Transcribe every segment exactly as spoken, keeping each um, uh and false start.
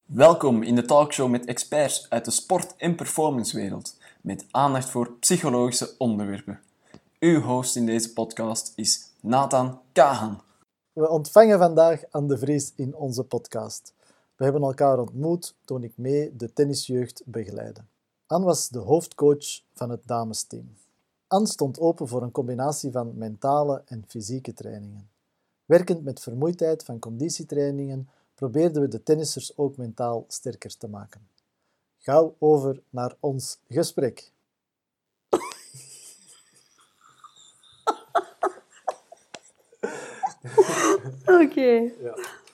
Welkom in de talkshow met experts uit de sport- en performancewereld, met aandacht voor psychologische onderwerpen. Uw host in deze podcast is Nathan Kahan. We ontvangen vandaag Anne de Vries in onze podcast. We hebben elkaar ontmoet toen ik mee de tennisjeugd begeleidde. Anne was de hoofdcoach van het damesteam. Anne stond open voor een combinatie van mentale en fysieke trainingen. Werkend met vermoeidheid van conditietrainingen probeerden we de tennissers ook mentaal sterker te maken. Gauw over naar ons gesprek. Oké. Okay. Ja.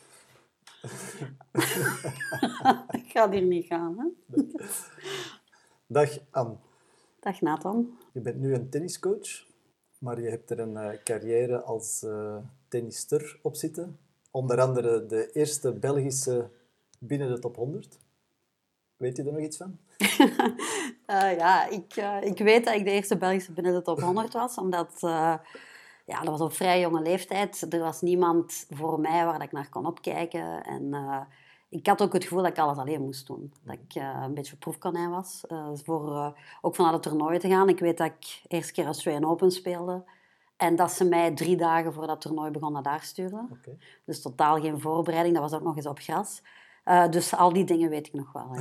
Ik ga hier niet gaan, hè? Dag Anne. Dag Nathan. Je bent nu een tenniscoach, maar je hebt er een uh, carrière als uh, tennister op zitten. Onder andere de eerste Belgische binnen de top honderd. Weet je er nog iets van? uh, ja, ik, uh, ik weet dat ik de eerste Belgische binnen de top honderd was, omdat... Uh, Ja, dat was op vrij jonge leeftijd. Er was niemand voor mij waar ik naar kon opkijken. En uh, ik had ook het gevoel dat ik alles alleen moest doen. Dat ik uh, een beetje proefkonijn was. Uh, voor uh, ook van naar het toernooi te gaan. Ik weet dat ik de eerste keer Australian Open speelde. En dat ze mij drie dagen voor dat toernooi begon naar daar stuurden. Okay. Dus totaal geen voorbereiding. Dat was ook nog eens op gras. Uh, dus al die dingen weet ik nog wel.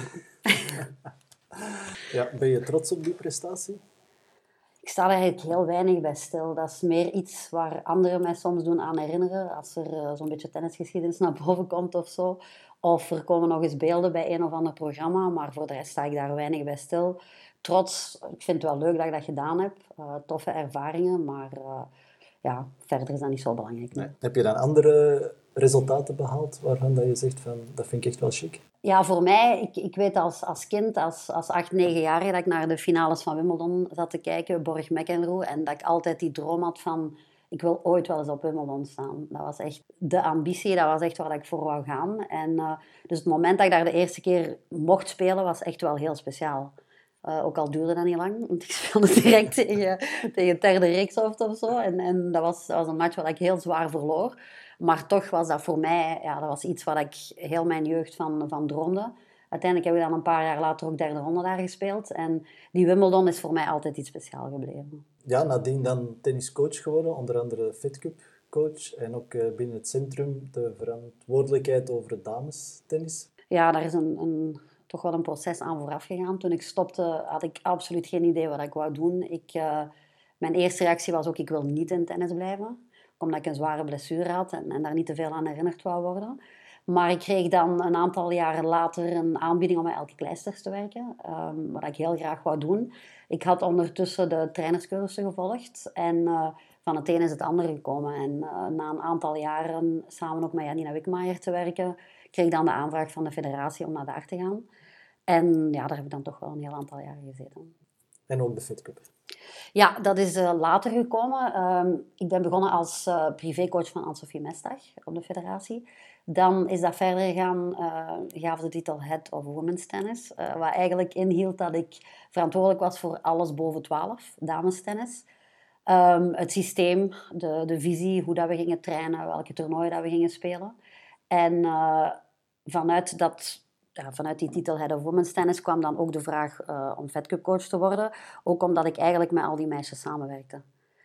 Ja, ben je trots op die prestatie? Ik sta er eigenlijk heel weinig bij stil. Dat is meer iets waar anderen mij soms doen aan herinneren. Als er uh, zo'n beetje tennisgeschiedenis naar boven komt of zo. Of er komen nog eens beelden bij een of ander programma. Maar voor de rest sta ik daar weinig bij stil. Trots, ik vind het wel leuk dat ik dat gedaan heb. Uh, toffe ervaringen, maar uh, ja, verder is dat niet zo belangrijk. Nee. Nee. Heb je dan andere resultaten behaald waarvan dat je zegt van dat vind ik echt wel chic? Ja, voor mij, ik, ik weet als, als kind, als, als acht, negenjarige, dat ik naar de finales van Wimbledon zat te kijken, Borg McEnroe, en dat ik altijd die droom had van, ik wil ooit wel eens op Wimbledon staan. Dat was echt de ambitie, dat was echt waar ik voor wou gaan. En, uh, dus het moment dat ik daar de eerste keer mocht spelen, was echt wel heel speciaal. Uh, ook al duurde dat niet lang, want ik speelde direct tegen, tegen Terde Rixhoft of zo. En, en dat, was, dat was een match waar ik heel zwaar verloor. Maar toch was dat voor mij, ja, dat was iets waar ik heel mijn jeugd van, van droomde. Uiteindelijk heb ik dan een paar jaar later ook derde ronde daar gespeeld. En die Wimbledon is voor mij altijd iets speciaals gebleven. Ja, nadien dan tenniscoach geworden, onder andere Fed Cup coach. En ook binnen het centrum de verantwoordelijkheid over het damestennis. Ja, daar is een, een, toch wel een proces aan vooraf gegaan. Toen ik stopte had ik absoluut geen idee wat ik wou doen. Ik, uh, mijn eerste reactie was ook, ik wil niet in tennis blijven. Omdat ik een zware blessure had en, en daar niet te veel aan herinnerd wou worden. Maar ik kreeg dan een aantal jaren later een aanbieding om bij Elke Kleisters te werken. Um, wat ik heel graag wou doen. Ik had ondertussen de trainerscursussen gevolgd. En uh, van het een is het andere gekomen. En uh, na een aantal jaren samen ook met Janina Wikmaier te werken, kreeg ik dan de aanvraag van de federatie om naar daar te gaan. En ja, daar heb ik dan toch wel een heel aantal jaren gezeten. En ook de Fed Cup. Ja, dat is uh, later gekomen. Um, ik ben begonnen als uh, privécoach van Anne-Sophie Mestag op de federatie. Dan is dat verder gegaan, uh, gaf de titel Head of Women's Tennis. Uh, wat eigenlijk inhield dat ik verantwoordelijk was voor alles boven twaalf, damestennis. Um, het systeem, de, de visie, hoe dat we gingen trainen, welke toernooien dat we gingen spelen. En uh, vanuit dat... Ja, vanuit die titel Head of Women's Tennis kwam dan ook de vraag uh, om Fed Cup coach te worden. Ook omdat ik eigenlijk met al die meisjes samenwerkte.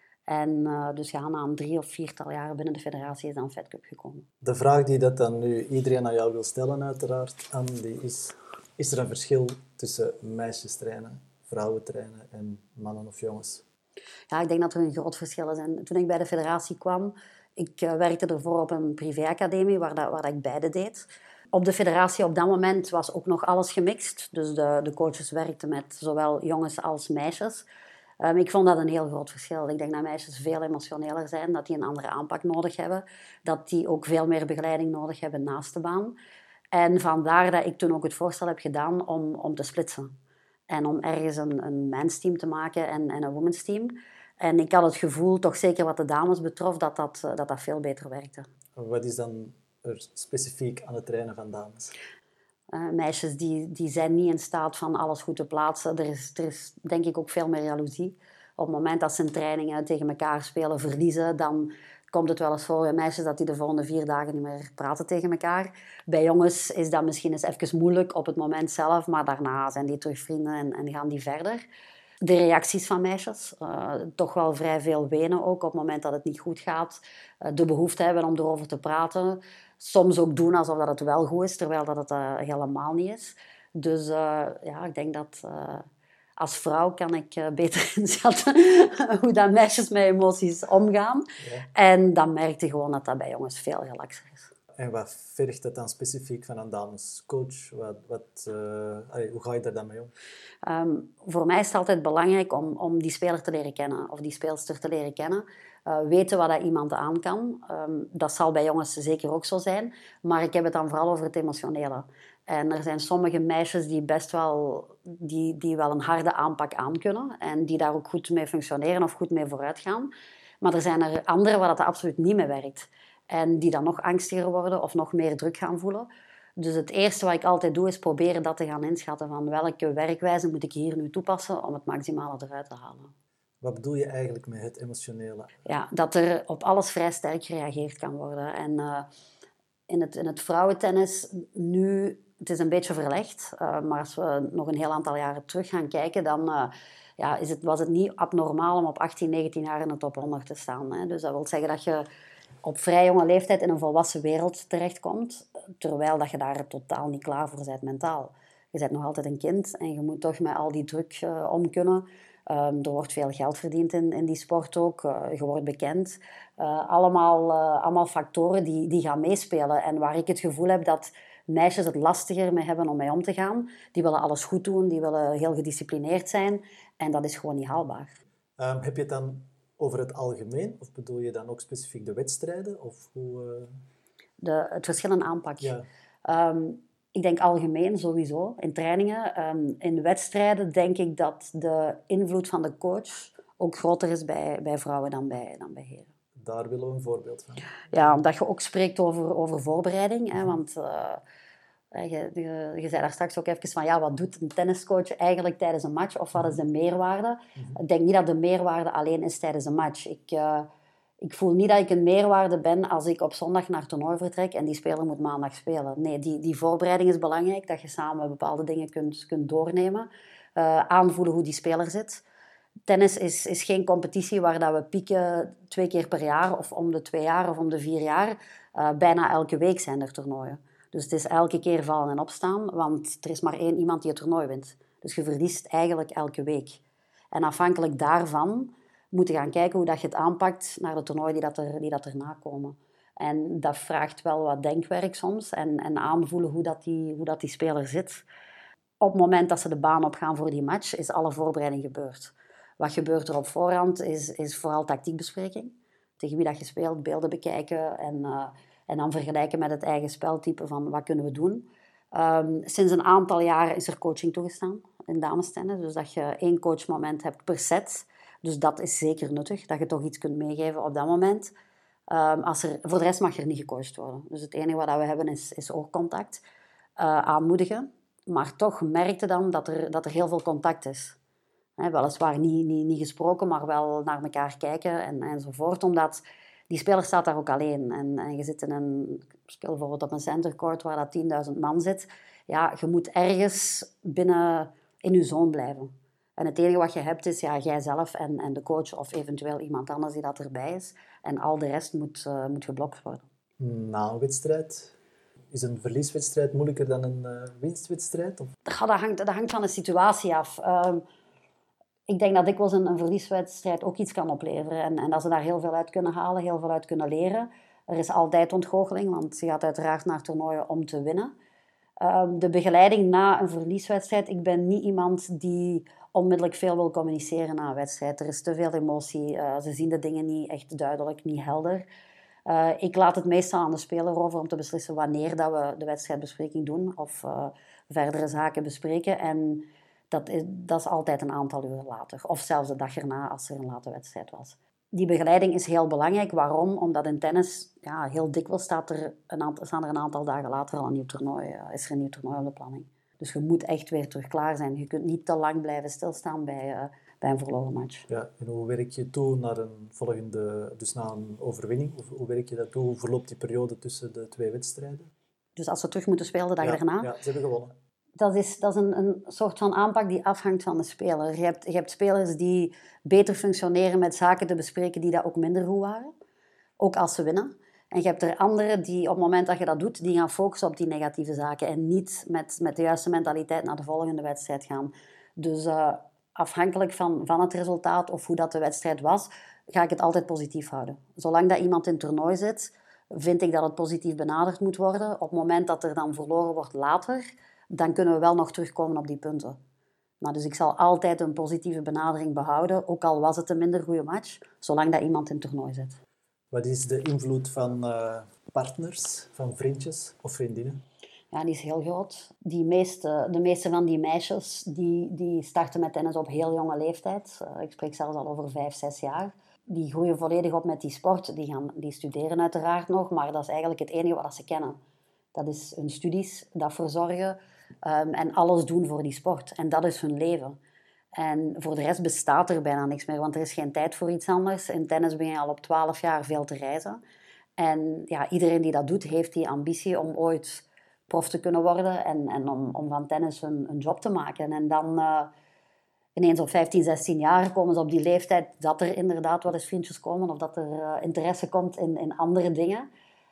En uh, dus ja, na een drie of viertal jaren binnen de federatie is dan Fed Cup gekomen. De vraag die dat dan nu iedereen aan jou wil stellen uiteraard, Anne, die is... Is er een verschil tussen meisjes trainen, vrouwen trainen en mannen of jongens? Ja, ik denk dat er een groot verschil is. En toen ik bij de federatie kwam, ik uh, werkte ervoor op een privéacademie waar, dat, waar dat ik beide deed. Op de federatie op dat moment was ook nog alles gemixt. Dus de, de coaches werkten met zowel jongens als meisjes. Um, ik vond dat een heel groot verschil. Ik denk dat meisjes veel emotioneler zijn, dat die een andere aanpak nodig hebben. Dat die ook veel meer begeleiding nodig hebben naast de baan. En vandaar dat ik toen ook het voorstel heb gedaan om, om te splitsen. En om ergens een, een men's team te maken en, en een women's team. En ik had het gevoel, toch zeker wat de dames betrof, dat dat, dat, dat veel beter werkte. Wat is dan er specifiek aan het trainen van dames? Uh, meisjes die, die zijn niet in staat van alles goed te plaatsen. Er is, er is denk ik ook veel meer jaloezie. Op het moment dat ze in trainingen tegen elkaar spelen, verliezen, dan, komt het wel eens voor bij meisjes dat die de volgende vier dagen niet meer praten tegen elkaar. Bij jongens is dat misschien eens even moeilijk op het moment zelf, maar daarna zijn die terug vrienden en, en gaan die verder. De reacties van meisjes, uh, toch wel vrij veel wenen ook op het moment dat het niet goed gaat. Uh, de behoefte hebben om erover te praten. Soms ook doen alsof dat het wel goed is, terwijl dat het uh, helemaal niet is. Dus uh, ja, ik denk dat... Uh, Als vrouw kan ik uh, beter inschatten hoe dat meisjes met emoties omgaan. Ja. En dan merkte je gewoon dat dat bij jongens veel relaxer is. En wat vergt het dan specifiek van een damescoach? Wat, wat, uh, allee, hoe ga je daar dan mee om? Um, voor mij is het altijd belangrijk om, om die speler te leren kennen. Of die speelster te leren kennen. Uh, weten wat dat iemand aan kan. Um, dat zal bij jongens zeker ook zo zijn. Maar ik heb het dan vooral over het emotionele. En er zijn sommige meisjes die best wel, die, die wel een harde aanpak aankunnen. En die daar ook goed mee functioneren of goed mee vooruit gaan. Maar er zijn er anderen waar dat absoluut niet mee werkt. En die dan nog angstiger worden of nog meer druk gaan voelen. Dus het eerste wat ik altijd doe, is proberen dat te gaan inschatten. Van welke werkwijze moet ik hier nu toepassen om het maximale eruit te halen. Wat bedoel je eigenlijk met het emotionele? Ja, dat er op alles vrij sterk gereageerd kan worden. En uh, in, het, in het vrouwentennis nu... Het is een beetje verlegd, uh, maar als we nog een heel aantal jaren terug gaan kijken, dan uh, ja, is het, was het niet abnormaal om op achttien, negentien jaar in de top honderd te staan. Hè. Dus dat wil zeggen dat je op vrij jonge leeftijd in een volwassen wereld terechtkomt, terwijl dat je daar totaal niet klaar voor bent mentaal. Je bent nog altijd een kind en je moet toch met al die druk uh, om kunnen. Um, er wordt veel geld verdiend in, in die sport ook. Uh, je wordt bekend. Uh, allemaal, uh, allemaal factoren die, die gaan meespelen. En waar ik het gevoel heb dat meisjes het lastiger mee hebben om mee om te gaan. Die willen alles goed doen. Die willen heel gedisciplineerd zijn. En dat is gewoon niet haalbaar. Um, heb je het dan over het algemeen? Of bedoel je dan ook specifiek de wedstrijden? Of hoe, uh... de, het verschil in aanpak. Ja. Um, Ik denk algemeen sowieso, in trainingen. Um, in wedstrijden denk ik dat de invloed van de coach ook groter is bij, bij vrouwen dan bij, dan bij heren. Daar willen we een voorbeeld van. Ja, omdat je ook spreekt over, over voorbereiding. Hè, want uh, je, je, je zei daar straks ook even van, ja, wat doet een tenniscoach eigenlijk tijdens een match? Of wat is de meerwaarde? Mm-hmm. Ik denk niet dat de meerwaarde alleen is tijdens een match. Ik... Uh, Ik voel niet dat ik een meerwaarde ben als ik op zondag naar het toernooi vertrek en die speler moet maandag spelen. Nee, die, die voorbereiding is belangrijk, dat je samen bepaalde dingen kunt, kunt doornemen. Uh, aanvoelen hoe die speler zit. Tennis is, is geen competitie waar dat we pieken twee keer per jaar of om de twee jaar of om de vier jaar. Uh, bijna elke week zijn er toernooien. Dus het is elke keer vallen en opstaan, want er is maar één iemand die het toernooi wint. Dus je verliest eigenlijk elke week. En afhankelijk daarvan moeten gaan kijken hoe dat je het aanpakt naar de toernooien die, dat er, die dat erna komen. En dat vraagt wel wat denkwerk soms en, en aanvoelen hoe, dat die, hoe dat die speler zit. Op het moment dat ze de baan opgaan voor die match, is alle voorbereiding gebeurd. Wat gebeurt er op voorhand, is, is vooral tactiekbespreking. Tegen wie dat je speelt, beelden bekijken en, uh, en dan vergelijken met het eigen speltype van wat kunnen we doen. Um, sinds een aantal jaren is er coaching toegestaan in damestennis. Dus dat je één coachmoment hebt per set. Dus dat is zeker nuttig, dat je toch iets kunt meegeven op dat moment. Um, als er, voor de rest mag er niet gecoacht worden. Dus het enige wat we hebben is, is oogcontact. Uh, aanmoedigen. Maar toch merkte dan dat er, dat er heel veel contact is. He, weliswaar niet, niet, niet gesproken, maar wel naar elkaar kijken en, enzovoort. Omdat die speler staat daar ook alleen. En, en je zit in een... Ik speel bijvoorbeeld op een centercourt waar dat tienduizend man zit. Ja, je moet ergens binnen in je zone blijven. En het enige wat je hebt is ja, jijzelf en, en de coach of eventueel iemand anders die dat erbij is. En al de rest moet, uh, moet geblokt worden. Na een wedstrijd? Is een verlieswedstrijd moeilijker dan een uh, winstwedstrijd? Of? Ja, dat, hangt, dat hangt van de situatie af. Uh, ik denk dat dikwijls een, een verlieswedstrijd ook iets kan opleveren. En, en dat ze daar heel veel uit kunnen halen, heel veel uit kunnen leren. Er is altijd ontgoocheling, want je gaat uiteraard naar toernooien om te winnen. Uh, de begeleiding na een verlieswedstrijd. Ik ben niet iemand die onmiddellijk veel wil communiceren na een wedstrijd. Er is te veel emotie. Uh, ze zien de dingen niet echt duidelijk, niet helder. Uh, ik laat het meestal aan de speler over om te beslissen wanneer dat we de wedstrijdbespreking doen of uh, verdere zaken bespreken. En dat is, dat is altijd een aantal uur later. Of zelfs de dag erna als er een late wedstrijd was. Die begeleiding is heel belangrijk. Waarom? Omdat in tennis ja, heel dikwijls staat er een aantal, staan er een aantal dagen later al een nieuw toernooi. Uh, is er een nieuw toernooi op de planning. Dus je moet echt weer terug klaar zijn. Je kunt niet te lang blijven stilstaan bij, uh, bij een verloren match. Ja, en hoe werk je toe naar een volgende, dus na een overwinning? Of hoe werk je dat toe? Hoe verloopt die periode tussen de twee wedstrijden? Dus als ze terug moeten spelen de dag ja, daarna? Ja, ze hebben gewonnen. Dat is, dat is een, een soort van aanpak die afhangt van de speler. Je hebt, je hebt spelers die beter functioneren met zaken te bespreken die dat ook minder goed waren. Ook als ze winnen. En je hebt er anderen die op het moment dat je dat doet, die gaan focussen op die negatieve zaken en niet met, met de juiste mentaliteit naar de volgende wedstrijd gaan. Dus uh, afhankelijk van, van het resultaat of hoe dat de wedstrijd was, ga ik het altijd positief houden. Zolang dat iemand in het toernooi zit, vind ik dat het positief benaderd moet worden. Op het moment dat er dan verloren wordt later, dan kunnen we wel nog terugkomen op die punten. Maar dus ik zal altijd een positieve benadering behouden, ook al was het een minder goede match, zolang dat iemand in het toernooi zit. Wat is de invloed van uh, partners, van vriendjes of vriendinnen? Ja, die is heel groot. Die meeste, de meeste van die meisjes die, die starten met tennis op heel jonge leeftijd. Uh, ik spreek zelfs al over vijf, zes jaar. Die groeien volledig op met die sport. Die, gaan, die studeren uiteraard nog, maar dat is eigenlijk het enige wat ze kennen. Dat is hun studies, dat verzorgen um, en alles doen voor die sport. En dat is hun leven. En voor de rest bestaat er bijna niks meer, want er is geen tijd voor iets anders. In tennis ben je al op twaalf jaar veel te reizen. En ja, iedereen die dat doet, heeft die ambitie om ooit prof te kunnen worden en, en om, om van tennis een, een job te maken. En dan uh, ineens op vijftien, zestien jaar komen ze op die leeftijd dat er inderdaad wat eens vriendjes komen of dat er uh, interesse komt in, in andere dingen.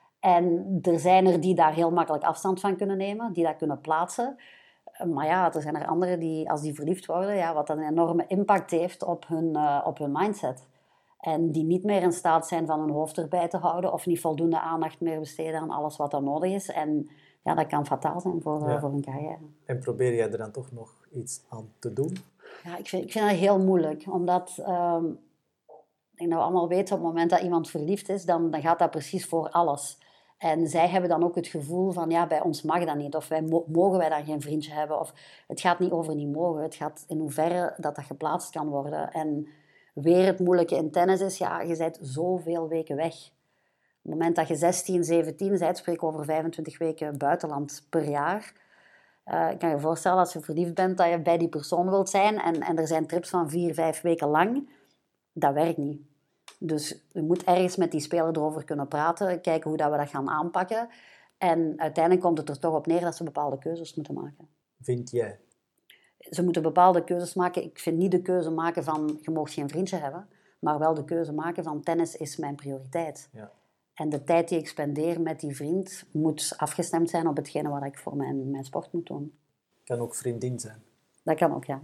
En er zijn er die daar heel makkelijk afstand van kunnen nemen, die dat kunnen plaatsen. Maar ja, er zijn er anderen die, als die verliefd worden, ja, wat een enorme impact heeft op hun, uh, op hun mindset. En die niet meer in staat zijn van hun hoofd erbij te houden of niet voldoende aandacht meer besteden aan alles wat er nodig is. En ja, dat kan fataal zijn voor, ja. voor hun carrière. En probeer jij er dan toch nog iets aan te doen? Ja, ik vind, ik vind dat heel moeilijk, omdat um, ik denk dat we allemaal weten, op het moment dat iemand verliefd is, dan, dan gaat dat precies voor alles. En zij hebben dan ook het gevoel van, ja, bij ons mag dat niet. Of wij mo- mogen wij dan geen vriendje hebben. Of het gaat niet over niet mogen. Het gaat in hoeverre dat dat geplaatst kan worden. En weer het moeilijke in tennis is, ja, je bent zoveel weken weg. Op het moment dat je zestien, zeventien bent, spreek over vijfentwintig weken buitenland per jaar. Uh, ik kan je voorstellen, als je verliefd bent, dat je bij die persoon wilt zijn. En, en er zijn trips van vier, vijf weken lang. Dat werkt niet. Dus je moet ergens met die speler erover kunnen praten, kijken hoe dat we dat gaan aanpakken. En uiteindelijk komt het er toch op neer dat ze bepaalde keuzes moeten maken. Vind jij? Ze moeten bepaalde keuzes maken. Ik vind niet de keuze maken van, je mag geen vriendje hebben, maar wel de keuze maken van, tennis is mijn prioriteit. Ja. En de tijd die ik spendeer met die vriend moet afgestemd zijn op hetgene wat ik voor mijn, mijn sport moet doen. Kan ook vriendin zijn. Dat kan ook, ja.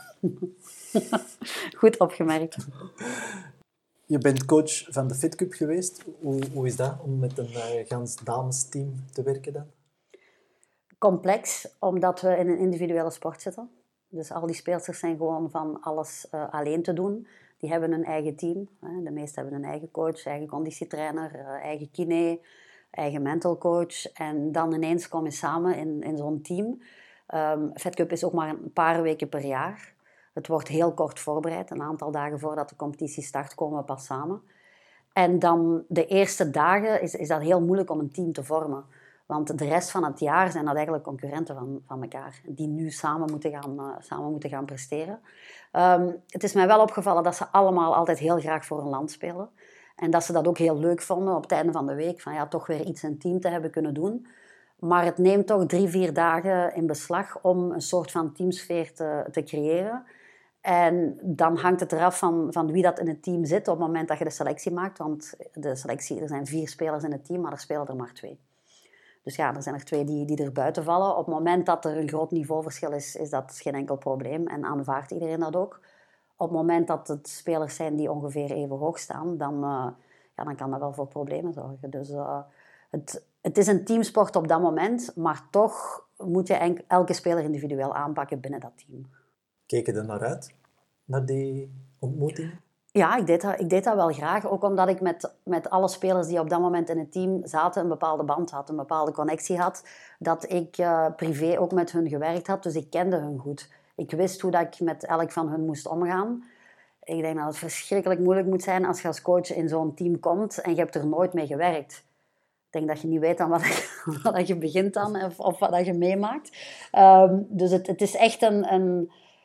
Goed opgemerkt. Je bent coach van de Fit Cup geweest. Hoe, hoe is dat om met een uh, gans damesteam te werken dan? Complex, omdat we in een individuele sport zitten. Dus al die speelsters zijn gewoon van alles uh, alleen te doen. Die hebben een eigen team. Hè. De meesten hebben een eigen coach, eigen conditietrainer, uh, eigen kine, eigen mental coach. En dan ineens kom je samen in, in zo'n team. Um, Fit Cup is ook maar een paar weken per jaar. Het wordt heel kort voorbereid. Een aantal dagen voordat de competitie start komen we pas samen. En dan de eerste dagen is, is dat heel moeilijk om een team te vormen. Want de rest van het jaar zijn dat eigenlijk concurrenten van, van elkaar. Die nu samen moeten gaan, uh, samen moeten gaan presteren. Um, het is mij wel opgevallen dat ze allemaal altijd heel graag voor een land spelen. En dat ze dat ook heel leuk vonden op het einde van de week. Van ja, toch weer iets in team te hebben kunnen doen. Maar het neemt toch drie, vier dagen in beslag om een soort van teamsfeer te, te creëren. En dan hangt het eraf van, van wie dat in het team zit op het moment dat je de selectie maakt. Want de selectie, er zijn vier spelers in het team, maar er spelen er maar twee. Dus ja, er zijn er twee die, die er buiten vallen. Op het moment dat er een groot niveauverschil is, is dat geen enkel probleem. En aanvaardt iedereen dat ook. Op het moment dat het spelers zijn die ongeveer even hoog staan, dan, uh, ja, dan kan dat wel voor problemen zorgen. Dus uh, het, het is een teamsport op dat moment, maar toch moet je enk, elke speler individueel aanpakken binnen dat team. Keek je er naar uit, naar die ontmoetingen? Ja, ik deed dat, ik deed dat wel graag. Ook omdat ik met, met alle spelers die op dat moment in het team zaten een bepaalde band had, een bepaalde connectie had. Dat ik uh, privé ook met hun gewerkt had, dus ik kende hun goed. Ik wist hoe dat ik met elk van hun moest omgaan. Ik denk dat het verschrikkelijk moeilijk moet zijn als je als coach in zo'n team komt en je hebt er nooit mee gewerkt. Ik denk dat je niet weet aan wat je, wat je begint dan of, of wat je meemaakt. Um, dus het, het is echt een... een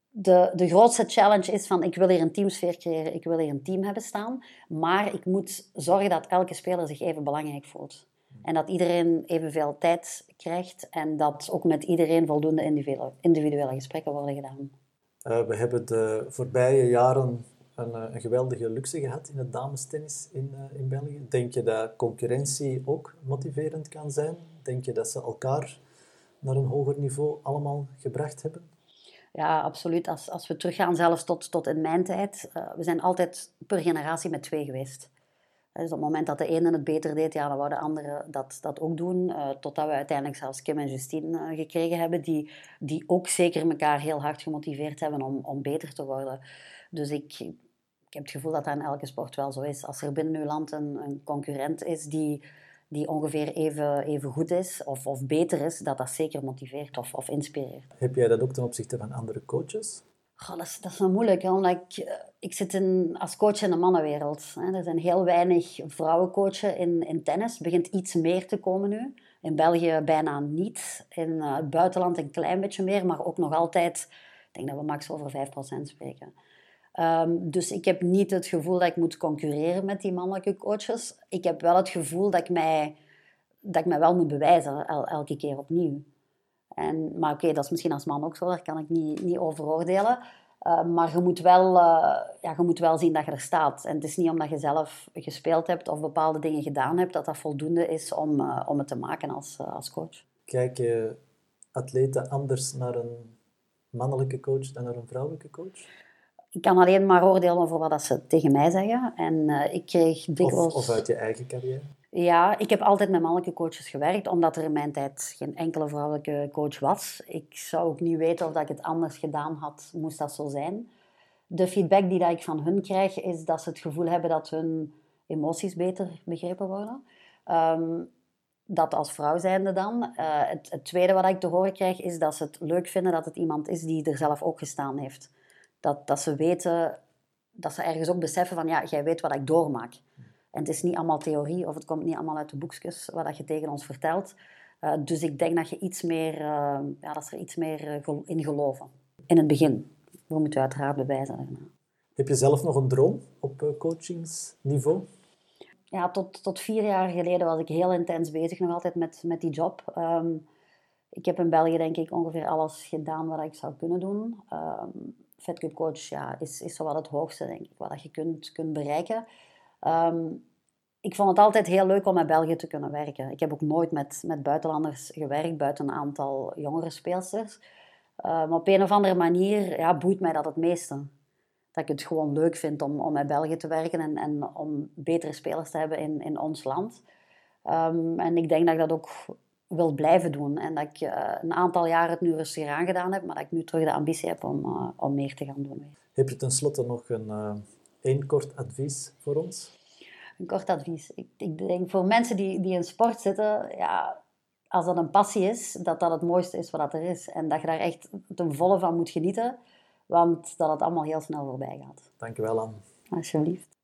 de, de grootste challenge is van ik wil hier een teamsfeer creëren, ik wil hier een team hebben staan, maar ik moet zorgen dat elke speler zich even belangrijk voelt. En dat iedereen evenveel tijd krijgt en dat ook met iedereen voldoende individuele, individuele gesprekken worden gedaan. Uh, we hebben de voorbije jaren een, een geweldige luxe gehad in het damestennis in, uh, in België. Denk je dat concurrentie ook motiverend kan zijn? Denk je dat ze elkaar naar een hoger niveau allemaal gebracht hebben? Ja, absoluut. Als, als we teruggaan zelfs tot, tot in mijn tijd, uh, we zijn altijd per generatie met twee geweest. Dus op het moment dat de ene het beter deed, ja, dan wou de andere dat, dat ook doen. Uh, totdat we uiteindelijk zelfs Kim en Justine uh, gekregen hebben, die, die ook zeker elkaar heel hard gemotiveerd hebben om, om beter te worden. Dus ik, ik heb het gevoel dat dat in elke sport wel zo is. Als er binnen uw land een, een concurrent is die, die ongeveer even, even goed is of, of beter is, dat dat zeker motiveert of, of inspireert. Heb jij dat ook ten opzichte van andere coaches? Goh, dat, is, dat is wel moeilijk, hè, omdat ik, ik zit in, als coach in de mannenwereld. Hè. Er zijn heel weinig vrouwencoachen in, in tennis. Het begint iets meer te komen nu. In België bijna niet. In uh, het buitenland een klein beetje meer, maar ook nog altijd, ik denk dat we max over vijf procent spreken. Um, dus ik heb niet het gevoel dat ik moet concurreren met die mannelijke coaches. Ik heb wel het gevoel dat ik mij, dat ik mij wel moet bewijzen, el, elke keer opnieuw. En, maar oké, okay, dat is misschien als man ook zo, daar kan ik niet, niet over oordelen. Uh, maar je moet, wel, uh, ja, je moet wel zien dat je er staat. En het is niet omdat je zelf gespeeld hebt of bepaalde dingen gedaan hebt, dat dat voldoende is om, uh, om het te maken als, uh, als coach. Kijken atleten anders naar een mannelijke coach dan naar een vrouwelijke coach? Ik kan alleen maar oordelen over wat ze tegen mij zeggen. En uh, ik kreeg dikwijls... Of, of uit je eigen carrière? Ja, ik heb altijd met mannelijke coaches gewerkt, omdat er in mijn tijd geen enkele vrouwelijke coach was. Ik zou ook niet weten of dat ik het anders gedaan had, moest dat zo zijn. De feedback die dat ik van hun krijg, is dat ze het gevoel hebben dat hun emoties beter begrepen worden. Um, dat als vrouw zijnde dan. Uh, het, het tweede wat ik te horen krijg, is dat ze het leuk vinden dat het iemand is die er zelf ook gestaan heeft. Dat, dat ze weten, dat ze ergens ook beseffen van, ja, jij weet wat ik doormaak. En het is niet allemaal theorie, of het komt niet allemaal uit de boekjes wat je tegen ons vertelt. Uh, dus ik denk dat je iets meer, uh, ja, dat ze er iets meer uh, in geloven. In het begin. We moeten uiteraard bewijzen daarna. Heb je zelf nog een droom op uh, coachingsniveau? Ja, tot, tot vier jaar geleden was ik heel intens bezig nog altijd met, met die job. Um, ik heb in België denk ik ongeveer alles gedaan wat ik zou kunnen doen. Um, Fed Cup coach ja, is, is zowat het hoogste denk ik, wat je kunt, kunt bereiken. Um, ik vond het altijd heel leuk om met België te kunnen werken. Ik heb ook nooit met, met buitenlanders gewerkt, buiten een aantal jongere speelsters. Uh, maar op een of andere manier ja, boeit mij dat het meeste. Dat ik het gewoon leuk vind om, om met België te werken en, en om betere spelers te hebben in, in ons land. Um, en ik denk dat ik dat ook wil blijven doen. En dat ik uh, een aantal jaren het nu rustig aan gedaan heb, maar dat ik nu terug de ambitie heb om, uh, om meer te gaan doen. Heb je tenslotte nog een... Uh... Eén kort advies voor ons? Een kort advies. Ik, ik denk voor mensen die, die in sport zitten, ja, als dat een passie is, dat dat het mooiste is wat er is. En dat je daar echt ten volle van moet genieten, want dat het allemaal heel snel voorbij gaat. Dank je wel, Anne. Alsjeblieft.